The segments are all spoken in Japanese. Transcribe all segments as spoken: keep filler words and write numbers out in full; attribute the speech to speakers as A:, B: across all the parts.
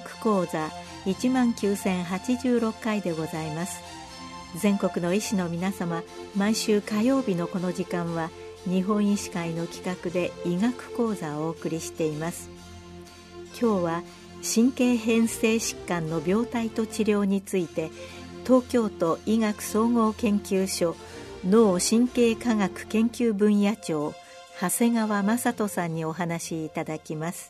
A: 学講座いちまんきゅうせんはちじゅうろっかいでございます。全国の医師の皆様、毎週火曜日のこの時間は日本医師会の企画で医学講座をお送りしています。今日は神経変性疾患の病態と治療について、東京都医学総合研究所脳神経科学研究分野長長谷川雅人さんにお話しいただきます。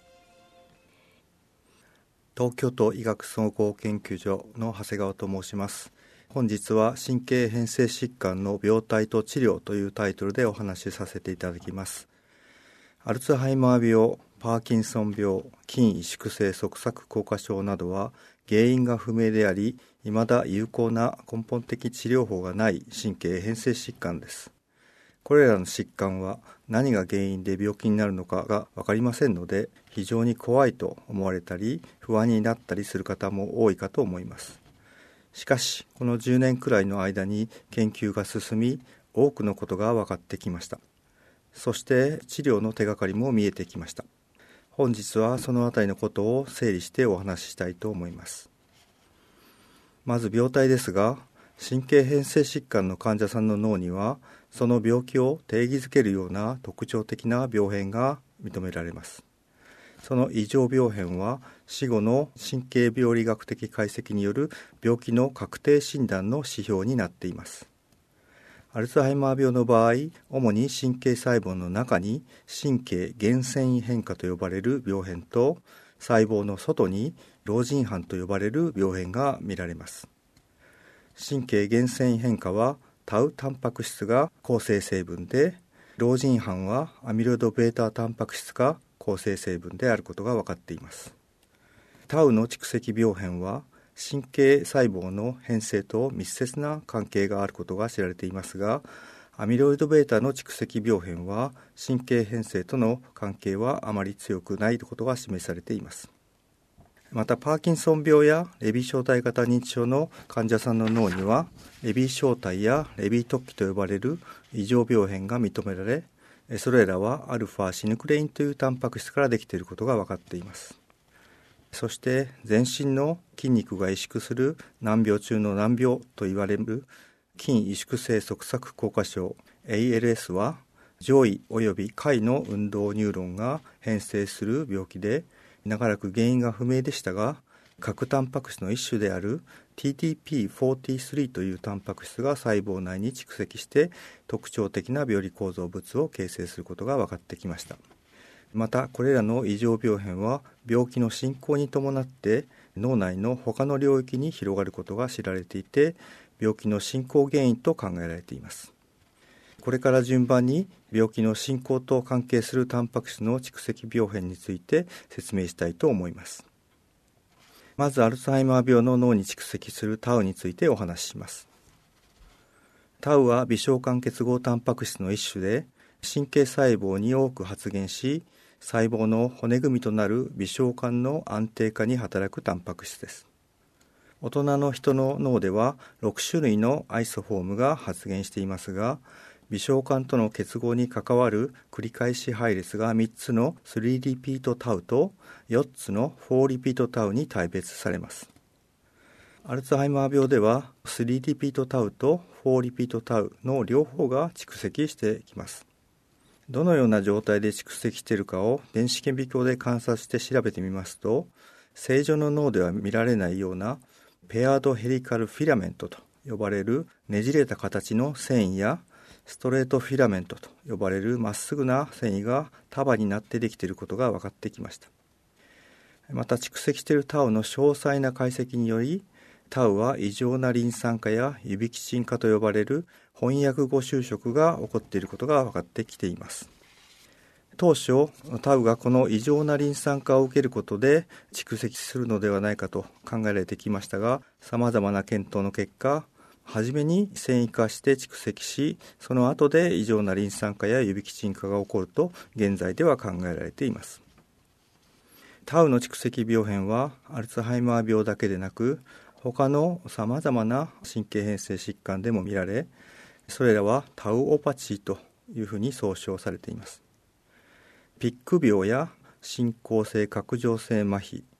B: 東京都医学総合研究所の長谷川と申します。本日は神経変性疾患の病態と治療というタイトルでお話しさせていただきます。アルツハイマー病、パーキンソン病、筋萎縮性側索硬化症などは原因が不明であり、未だ有効な根本的治療法がない神経変性疾患です。これらの疾患は何が原因で病気になるのかが分かりませんので、非常に怖いと思われたり不安になったりする方も多いかと思います。しかしこのじゅうねんくらいの間に研究が進み、多くのことが分かってきました。そして治療の手がかりも見えてきました。本日はそのあたりのことを整理してお話ししたいと思います。まず病態ですが、神経変性疾患の患者さんの脳にはその病気を定義づけるような特徴的な病変が認められます。その異常病変は死後の神経病理学的解析による病気の確定診断の指標になっています。アルツハイマー病の場合、主に神経細胞の中に神経原線維変化と呼ばれる病変と、細胞の外に老人斑と呼ばれる病変が見られます。神経原線維変化はタウタンパク質が構成成分で、老人斑はアミロイド β タンパク質が構成成分であることが分かっています。タウの蓄積病変は神経細胞の変性と密接な関係があることが知られていますが、アミロイド β の蓄積病変は神経変性との関係はあまり強くないことが示されています。またパーキンソン病やレビー小体型認知症の患者さんの脳にはレビー小体やレビー突起と呼ばれる異常病変が認められ、それらはアルファシヌクレインというタンパク質からできていることが分かっています。そして全身の筋肉が萎縮する難病中の難病と言われる筋萎縮性側索硬化症 エーエルエス は上位及び下位の運動ニューロンが変性する病気で、長らく原因が不明でしたが、核タンパク質の一種である ティーティーピーフォーティースリー というタンパク質が細胞内に蓄積して特徴的な病理構造物を形成することが分かってきました。またこれらの異常病変は病気の進行に伴って脳内の他の領域に広がることが知られていて、病気の進行原因と考えられています。これから順番に病気の進行と関係するタンパク質の蓄積病変について説明したいと思います。まずアルツハイマー病の脳に蓄積するタウについてお話しします。タウは微小間結合タンパク質の一種で、神経細胞に多く発現し、細胞の骨組みとなる微小管の安定化に働くタンパク質です。大人の人の脳ではろくしゅるいのアイソフォームが発現していますが、微小管との結合に関わる繰り返し配列がみっつのスリーリピートタウとよっつのフォーリピートタウに大別されます。アルツハイマー病ではスリーリピートタウとフォーリピートタウの両方が蓄積してきます。どのような状態で蓄積しているかを電子顕微鏡で観察して調べてみますと、正常の脳では見られないようなペアードヘリカルフィラメントと呼ばれるねじれた形の繊維や、ストレートフィラメントと呼ばれるまっすぐな繊維が束になってできていることが分かってきました。また蓄積しているタウの詳細な解析により、タウは異常なリン酸化やユビキチン化と呼ばれる翻訳語修飾が起こっていることが分かってきています。当初タウがこの異常なリン酸化を受けることで蓄積するのではないかと考えられてきましたが、さまざまな検討の結果、はじめに繊維化して蓄積し、その後で異常なリン酸化やユビキチン化が起こると現在では考えられています。タウの蓄積病変はアルツハイマー病だけでなく、他のさまざまな神経変性疾患でも見られ、それらはタウオパチーというふうに総称されています。ピック病や進行性核状性麻痺、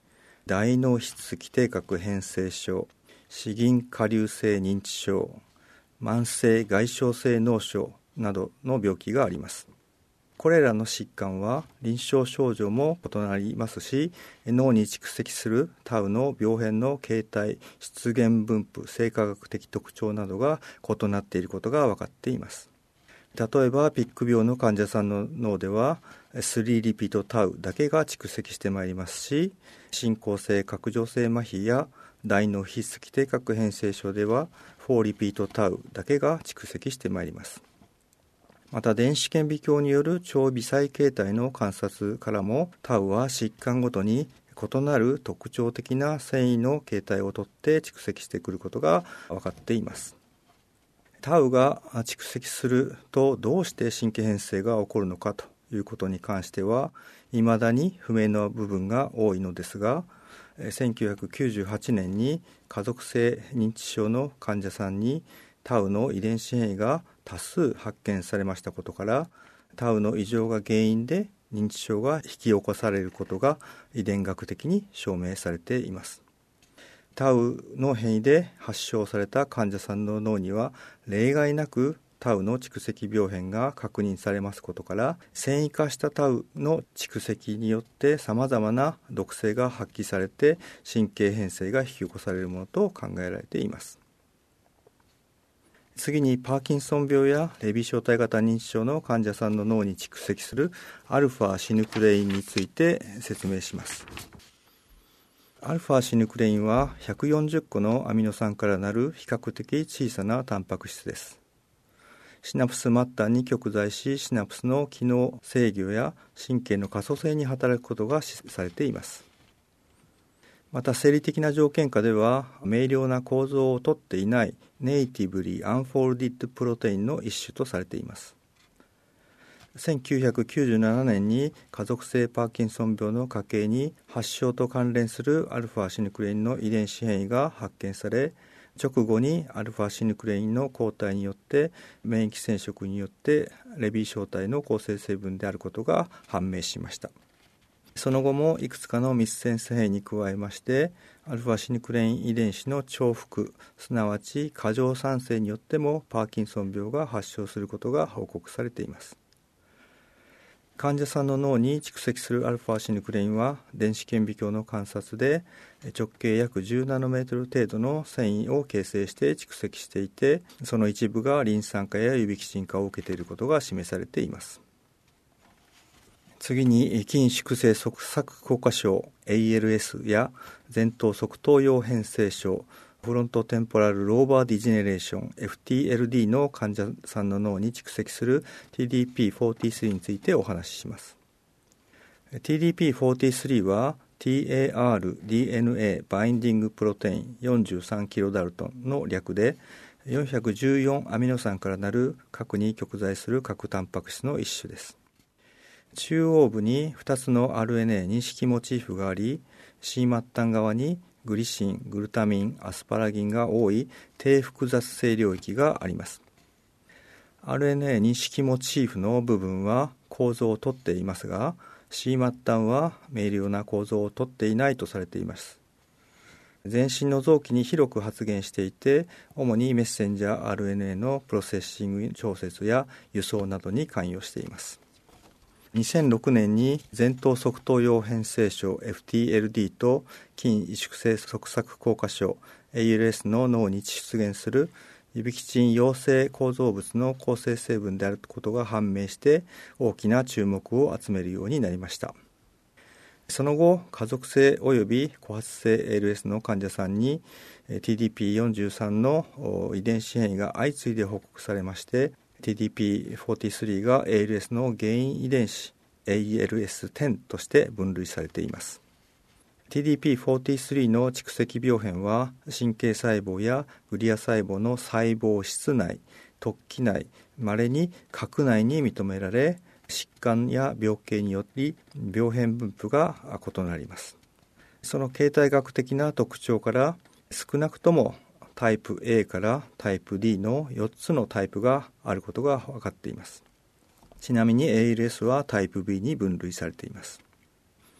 B: 大脳質基底核変性症、視銀下流性認知症、慢性外傷性脳症などの病気があります。これらの疾患は臨床症状も異なりますし、脳に蓄積するタウの病変の形態、出現分布、生化学的特徴などが異なっていることが分かっています。例えばピック病の患者さんの脳ではスリーリピートタウだけが蓄積してまいりますし、進行性拡張性麻痺や大脳皮質基底核変性症ではフォーリピートタウだけが蓄積してまいります。また電子顕微鏡による超微細形態の観察からも、タウは疾患ごとに異なる特徴的な繊維の形態をとって蓄積してくることが分かっています。タウが蓄積するとどうして神経変性が起こるのかということに関しては未だに不明な部分が多いのですが、せんきゅうひゃくきゅうじゅうはちねんに家族性認知症の患者さんにタウの遺伝子変異が多数発見されましたことから、タウの異常が原因で認知症が引き起こされることが遺伝学的に証明されています。タウの変異で発症された患者さんの脳には例外なくタウの蓄積病変が確認されますことから、線維化したタウの蓄積によってさまざまな毒性が発揮されて神経変性が引き起こされるものと考えられています。次にパーキンソン病やレビー小体型認知症の患者さんの脳に蓄積するアルファシヌクレインについて説明します。アルファシヌクレインはひゃくよんじゅっこのアミノ酸からなる比較的小さなタンパク質です。シナプス末端に極在し、シナプスの機能制御や神経の可塑性に働くことが示唆されています。また生理的な条件下では明瞭な構造をとっていないネイティブリーアンフォールディッドプロテインの一種とされています。せんきゅうひゃくきゅうじゅうななねんに家族性パーキンソン病の家系に発症と関連するアルファシヌクレインの遺伝子変異が発見され、直後にアルファシヌクレインの抗体によって免疫染色によってレビー小体の構成成分であることが判明しました。その後もいくつかの密センス変異に加えましてアルファシヌクレイン遺伝子の重複、すなわち過剰産生によってもパーキンソン病が発症することが報告されています。患者さんの脳に蓄積するアルファシヌクレインは電子顕微鏡の観察で直径約じゅうナノメートル程度の繊維を形成して蓄積していて、その一部がリン酸化や指キチン化を受けていることが示されています。次に筋縮性側索硬化症 エーエルエス や前頭側頭葉変性症フロントテンポラルローバーディジネレーション エフティーエルディー の患者さんの脳に蓄積する ティーディーピーフォーティースリー についてお話しします。 ティーディーピーフォーティースリー は ティーエーアールディーエヌエー バインディングプロテインよんじゅうさんキロダルトンの略でよんひゃくじゅうよんアミノ酸からなる核に極在する核タンパク質の一種です。中央部にふたつの アールエヌエー 認識モチーフがあり、 C 末端側にグリシン、グルタミン、アスパラギンが多い低複雑性領域があります。 アールエヌエー 認識モチーフの部分は構造をとっていますが C 末端は明瞭な構造をとっていないとされています。全身の臓器に広く発現していて、主にメッセンジャー アールエヌエー のプロセッシング調節や輸送などに関与しています。にせんろくねんに前頭側頭葉変性症 エフティーエルディー と筋萎縮性側索硬化症 エーエルエス の脳に出現する指キチン陽性構造物の構成成分であることが判明して大きな注目を集めるようになりました。その後家族性及び後発性 エーエルエス の患者さんに ティーディーピーよんじゅうさん の遺伝子変異が相次いで報告されまして、ティーディーピーフォーティースリー が エーエルエス の原因遺伝子 エーエルエステン として分類されています。 ティーディーピーフォーティースリー の蓄積病変は神経細胞やグリア細胞の細胞質内、突起内、稀に核内に認められ、疾患や病形により病変分布が異なります。その形態学的な特徴から少なくともタイプ エー からタイプ ディー のよっつのタイプがあることが分かっています。ちなみに エーエルエス はタイプ ビー に分類されています。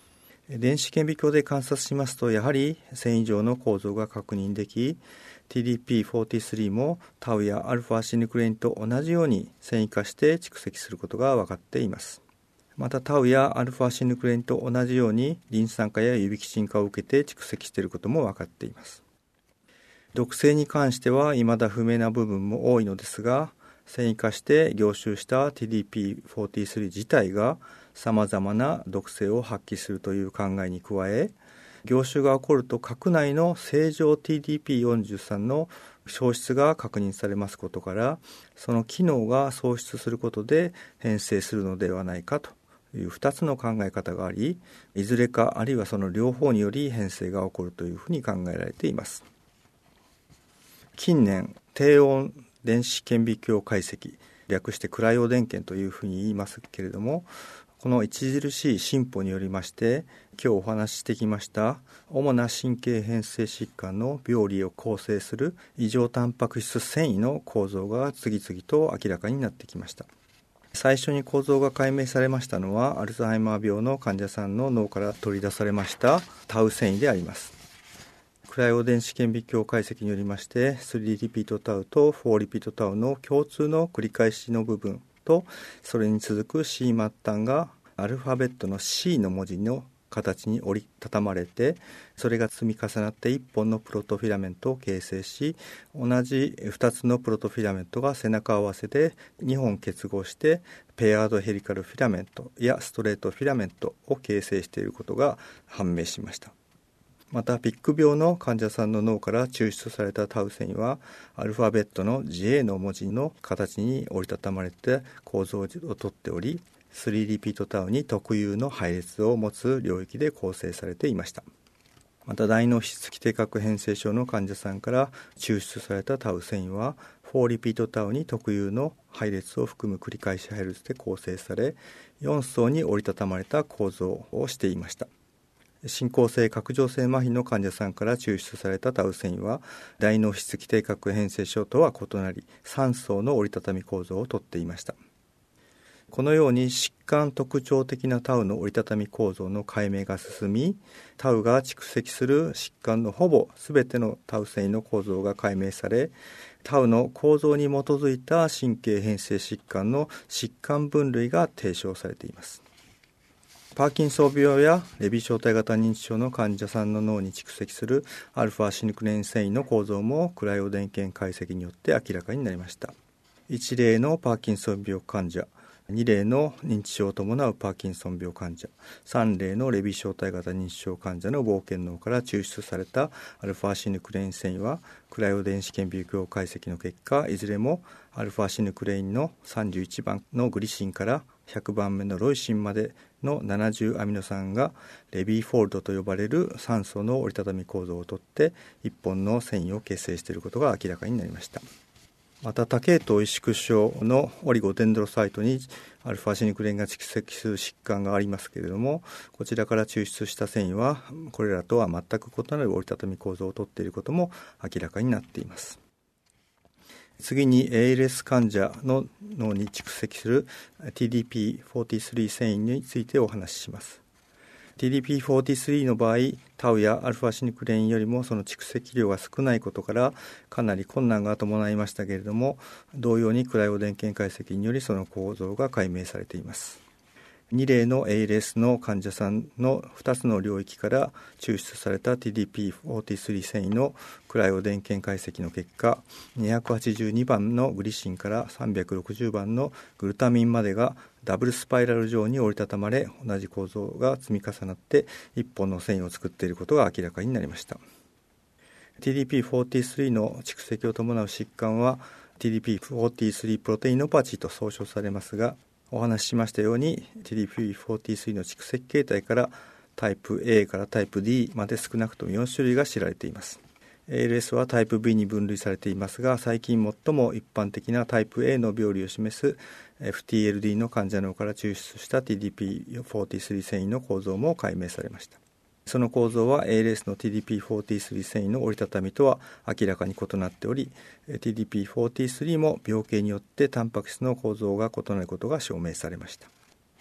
B: 電子顕微鏡で観察しますと、やはり繊維状の構造が確認でき、ティーディーピーフォーティースリー もタウやアルファシヌクレインと同じように繊維化して蓄積することが分かっています。またタウやアルファシヌクレインと同じようにリン酸化や指揮進化を受けて蓄積していることも分かっています。毒性に関しては未だ不明な部分も多いのですが、繊維化して凝集した ティーディーピーフォーティースリー 自体がさまざまな毒性を発揮するという考えに加え、凝集が起こると核内の正常 ティーディーピーよんじゅうさん の消失が確認されますことから、その機能が喪失することで変性するのではないかというふたつの考え方があり、いずれかあるいはその両方により変性が起こるというふうに考えられています。近年、低温電子顕微鏡解析、略してクライオ電検というふうに言いますけれども、この著しい進歩によりまして、今日お話ししてきました主な神経変性疾患の病理を構成する異常タンパク質繊維の構造が次々と明らかになってきました。最初に構造が解明されましたのは、アルツハイマー病の患者さんの脳から取り出されましたタウ繊維であります。クライオ電子顕微鏡解析によりまして、スリーリピートタウとフォーリピートタウの共通の繰り返しの部分と、それに続く C 末端がアルファベットの C の文字の形に折りたたまれて、それが積み重なっていっぽんのプロトフィラメントを形成し、同じふたつのプロトフィラメントが背中合わせでにほん結合してペアードヘリカルフィラメントやストレートフィラメントを形成していることが判明しました。またピック病の患者さんの脳から抽出されたタウ繊維はアルファベットの ジェー の文字の形に折りたたまれて構造をとっており、スリーリピートタウに特有の配列を持つ領域で構成されていました。また大脳質基底核変性症の患者さんから抽出されたタウ繊維はフォーリピートタウに特有の配列を含む繰り返し配列で構成され、よん層に折りたたまれた構造をしていました。進行性拡張性麻痺の患者さんから抽出されたタウ繊維は大脳質基底核変性症とは異なりさん層の折りたたみ構造をとっていました。このように疾患特徴的なタウの折りたたみ構造の解明が進み、タウが蓄積する疾患のほぼすべてのタウ繊維の構造が解明され、タウの構造に基づいた神経変性疾患の疾患分類が提唱されています。パーキンソン病やレビ小体型認知症の患者さんの脳に蓄積するアルファシヌクレイン繊維の構造もクライオ電検解析によって明らかになりました。いち例のパーキンソン病患者、に例の認知症を伴うパーキンソン病患者、さん例のレビ小体型認知症患者の冒険脳から抽出されたアルファシヌクレイン繊維はクライオ電子顕微鏡解析の結果、いずれもアルファシヌクレインのさんじゅういちばんのグリシンからひゃくばんめのロイシンまでのななじゅうアミノ酸がレビーフォールドと呼ばれるさん層の折りたたみ構造をとっていっぽんの繊維を形成していることが明らかになりました。また多系統萎縮症のオリゴデンドロサイトにアルファシヌクレインが蓄積する疾患がありますけれども、こちらから抽出した繊維はこれらとは全く異なる折りたたみ構造をとっていることも明らかになっています。次に エーエルエス 患者の脳に蓄積する ティーディーピーフォーティースリー 繊維についてお話しします。ティーディーピーフォーティースリー の場合、タウやアルファシヌクレインよりもその蓄積量が少ないことからかなり困難が伴いましたけれども、同様にクライオ電検解析によりその構造が解明されています。に例の エーエルエス の患者さんのふたつの領域から抽出された ティーディーピーフォーティースリー 繊維のクライオ電検解析の結果、にひゃくはちじゅうにばんのグリシンからさんびゃくろくじゅうばんのグルタミンまでがダブルスパイラル状に折りたたまれ、同じ構造が積み重なっていっぽんの繊維を作っていることが明らかになりました。 ティーディーピーフォーティースリー の蓄積を伴う疾患は ティーディーピーフォーティースリー プロテイノパチーと総称されますが、お話ししましたように ティーディーピーフォーティースリー の蓄積形態からタイプ エー からタイプ ディー まで少なくともよん種類が知られています。 エーエルエス はタイプ ビー に分類されていますが、最近最も一般的なタイプ エー の病理を示す エフティーエルディー の患者脳から抽出した ティーディーピーフォーティースリー 繊維の構造も解明されました。その構造は エーエルエス の ティーディーピーフォーティースリー 繊維の折りたたみとは明らかに異なっており、 ティーディーピーフォーティースリー も病形によってタンパク質の構造が異なることが証明されました。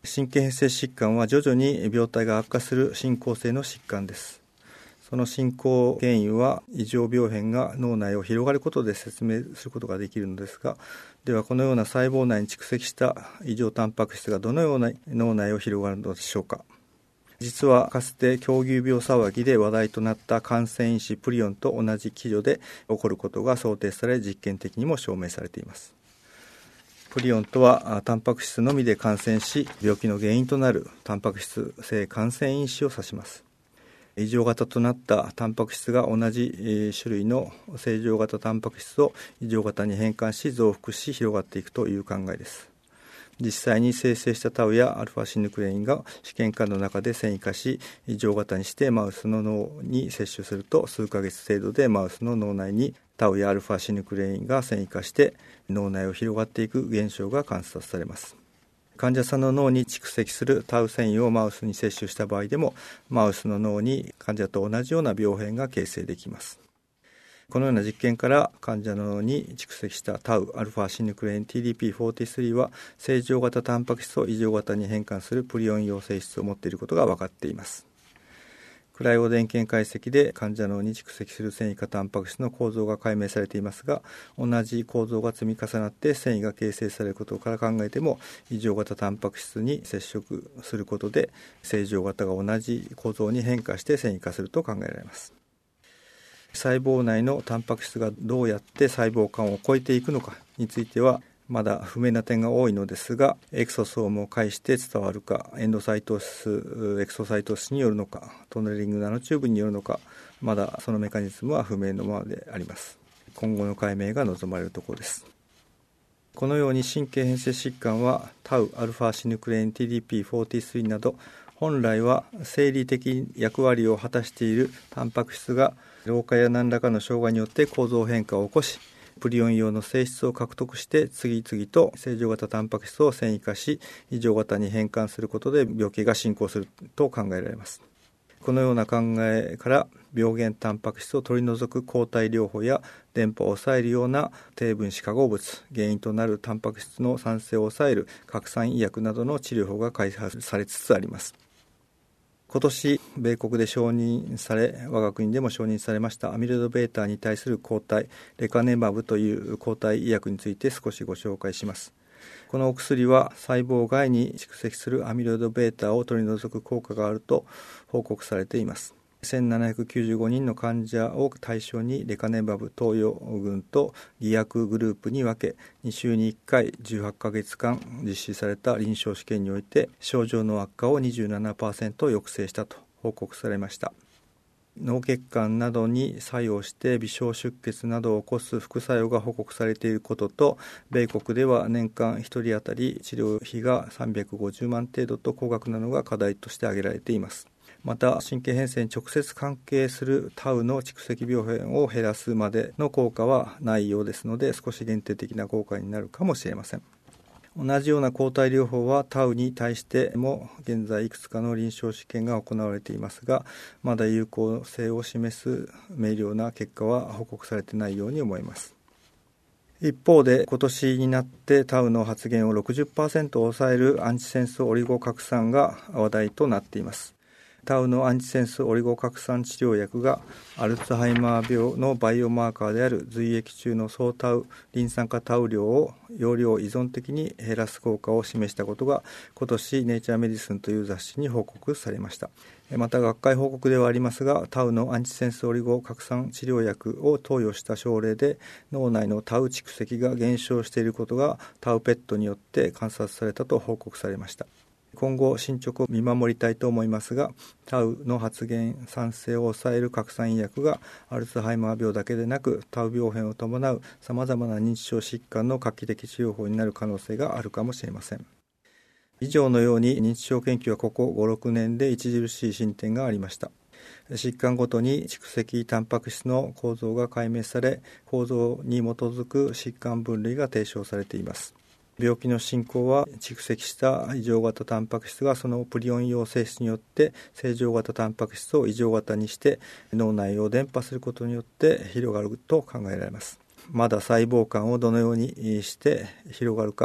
B: 神経変性疾患は徐々に病態が悪化する進行性の疾患です。その進行原因は異常病変が脳内を広がることで説明することができるのですが、ではこのような細胞内に蓄積した異常タンパク質がどのような脳内を広がるのでしょうか。実はかつて狂牛病騒ぎで話題となった感染因子プリオンと同じ機序で起こることが想定され、実験的にも証明されています。プリオンとはタンパク質のみで感染し、病気の原因となるタンパク質性感染因子を指します。異常型となったタンパク質が同じ種類の正常型タンパク質を異常型に変換し、増幅し広がっていくという考えです。実際に生成したタウやアルファシヌクレインが試験管の中で線維化し、異常型にしてマウスの脳に摂取すると、数ヶ月程度でマウスの脳内にタウやアルファシヌクレインが線維化して脳内を広がっていく現象が観察されます。患者さんの脳に蓄積するタウ繊維をマウスに摂取した場合でも、マウスの脳に患者と同じような病変が形成できます。このような実験から患者の脳に蓄積したタウ、アルファシヌクレイン ティーディーピーフォーティースリー は正常型タンパク質を異常型に変換するプリオン様性質を持っていることが分かっています。クライオ電源解析で患者脳に蓄積する線維化タンパク質の構造が解明されていますが、同じ構造が積み重なって繊維が形成されることから考えても、異常型タンパク質に接触することで正常型が同じ構造に変化して線維化すると考えられます。細胞内のタンパク質がどうやって細胞間を越えていくのかについてはまだ不明な点が多いのですが、エクソソームを介して伝わるか、エンドサイトス、エクソサイトスによるのか、トンネリングナノチューブによるのか、まだそのメカニズムは不明のままであります。今後の解明が望まれるところです。このように神経変性疾患はタウ、アルファシヌクレイン ティーディーピーフォーティースリー など本来は生理的役割を果たしているタンパク質が老化や何らかの障害によって構造変化を起こし、プリオン様の性質を獲得して次々と正常型タンパク質を線維化し、異常型に変換することで病気が進行すると考えられます。このような考えから病原タンパク質を取り除く抗体療法や電波を抑えるような低分子化合物、原因となるタンパク質の産生を抑える核酸医薬などの治療法が開発されつつあります。今年米国で承認され、我が国でも承認されましたアミロイド β に対する抗体レカネマブという抗体医薬について少しご紹介します。このお薬は細胞外に蓄積するアミロイド β を取り除く効果があると報告されています。せんななひゃくきゅうじゅうごにんの患者を対象にレカネマブ投与群と偽薬グループに分け、に週にいっかいじゅうはちかげつかん実施された臨床試験において症状の悪化を にじゅうななパーセント 抑制したと報告されました。脳血管などに作用して微小出血などを起こす副作用が報告されていることと、米国では年間ひとり当たり治療費がさんびゃくごじゅうまん程度と高額なのが課題として挙げられています。また神経変性に直接関係するタウの蓄積病変を減らすまでの効果はないようですので、少し限定的な効果になるかもしれません。同じような抗体療法はタウに対しても現在いくつかの臨床試験が行われていますが、まだ有効性を示す明瞭な結果は報告されていないように思います。一方で今年になってタウの発現を ろくじゅっパーセント 抑えるアンチセンスオリゴ核酸が話題となっています。タウのアンチセンスオリゴ核酸治療薬がアルツハイマー病のバイオマーカーである髄液中の総タウリン酸化タウ量を容量依存的に減らす効果を示したことが今年ネイチャーメディスンという雑誌に報告されました。また学会報告ではありますが、タウのアンチセンスオリゴ核酸治療薬を投与した症例で脳内のタウ蓄積が減少していることがタウペットによって観察されたと報告されました。今後進捗を見守りたいと思いますが、タウの発現産生を抑える核酸医薬がアルツハイマー病だけでなくタウ病変を伴うさまざまな認知症疾患の画期的治療法になる可能性があるかもしれません。以上のように認知症研究はここご、ろくねんで著しい進展がありました。疾患ごとに蓄積タンパク質の構造が解明され、構造に基づく疾患分類が提唱されています。病気の進行は蓄積した異常型タンパク質がそのプリオン様性質によって正常型タンパク質を異常型にして脳内を伝播することによって広がると考えられます。まだ細胞間をどのようにして広がるか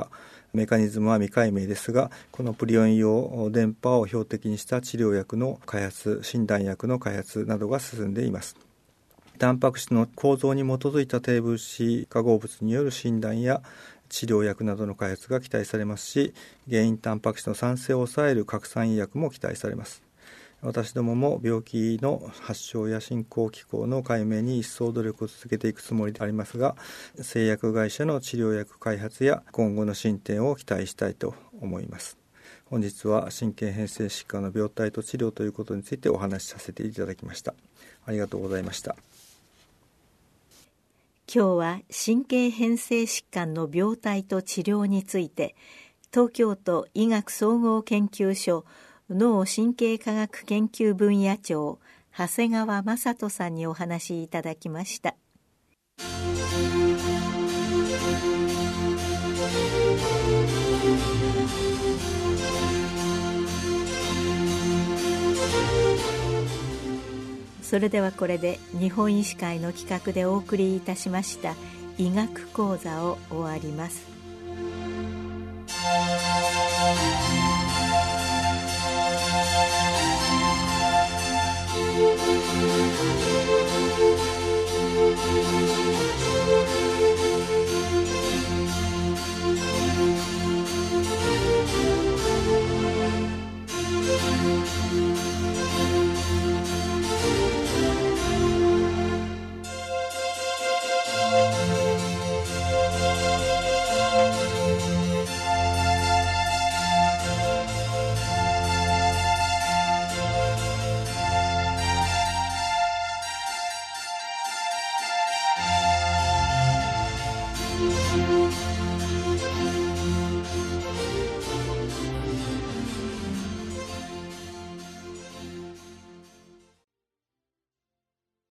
B: メカニズムは未解明ですが、このプリオン様電波を標的にした治療薬の開発、診断薬の開発などが進んでいます。タンパク質の構造に基づいた低分子化合物による診断や治療薬などの開発が期待されますし、原因タンパク質の産生を抑える拡散医薬も期待されます。私どもも病気の発症や進行機構の解明に一層努力を続けていくつもりでありますが、製薬会社の治療薬開発や今後の進展を期待したいと思います。本日は神経変性疾患の病態と治療ということについてお話しさせていただきました。ありがとうございました。
A: 今日は神経変性疾患の病態と治療について、東京都医学総合研究所脳神経科学研究分野長長谷川雅人さんにお話しいただきました。それではこれで日本医師会の企画でお送りいたしました医学講座を終わります。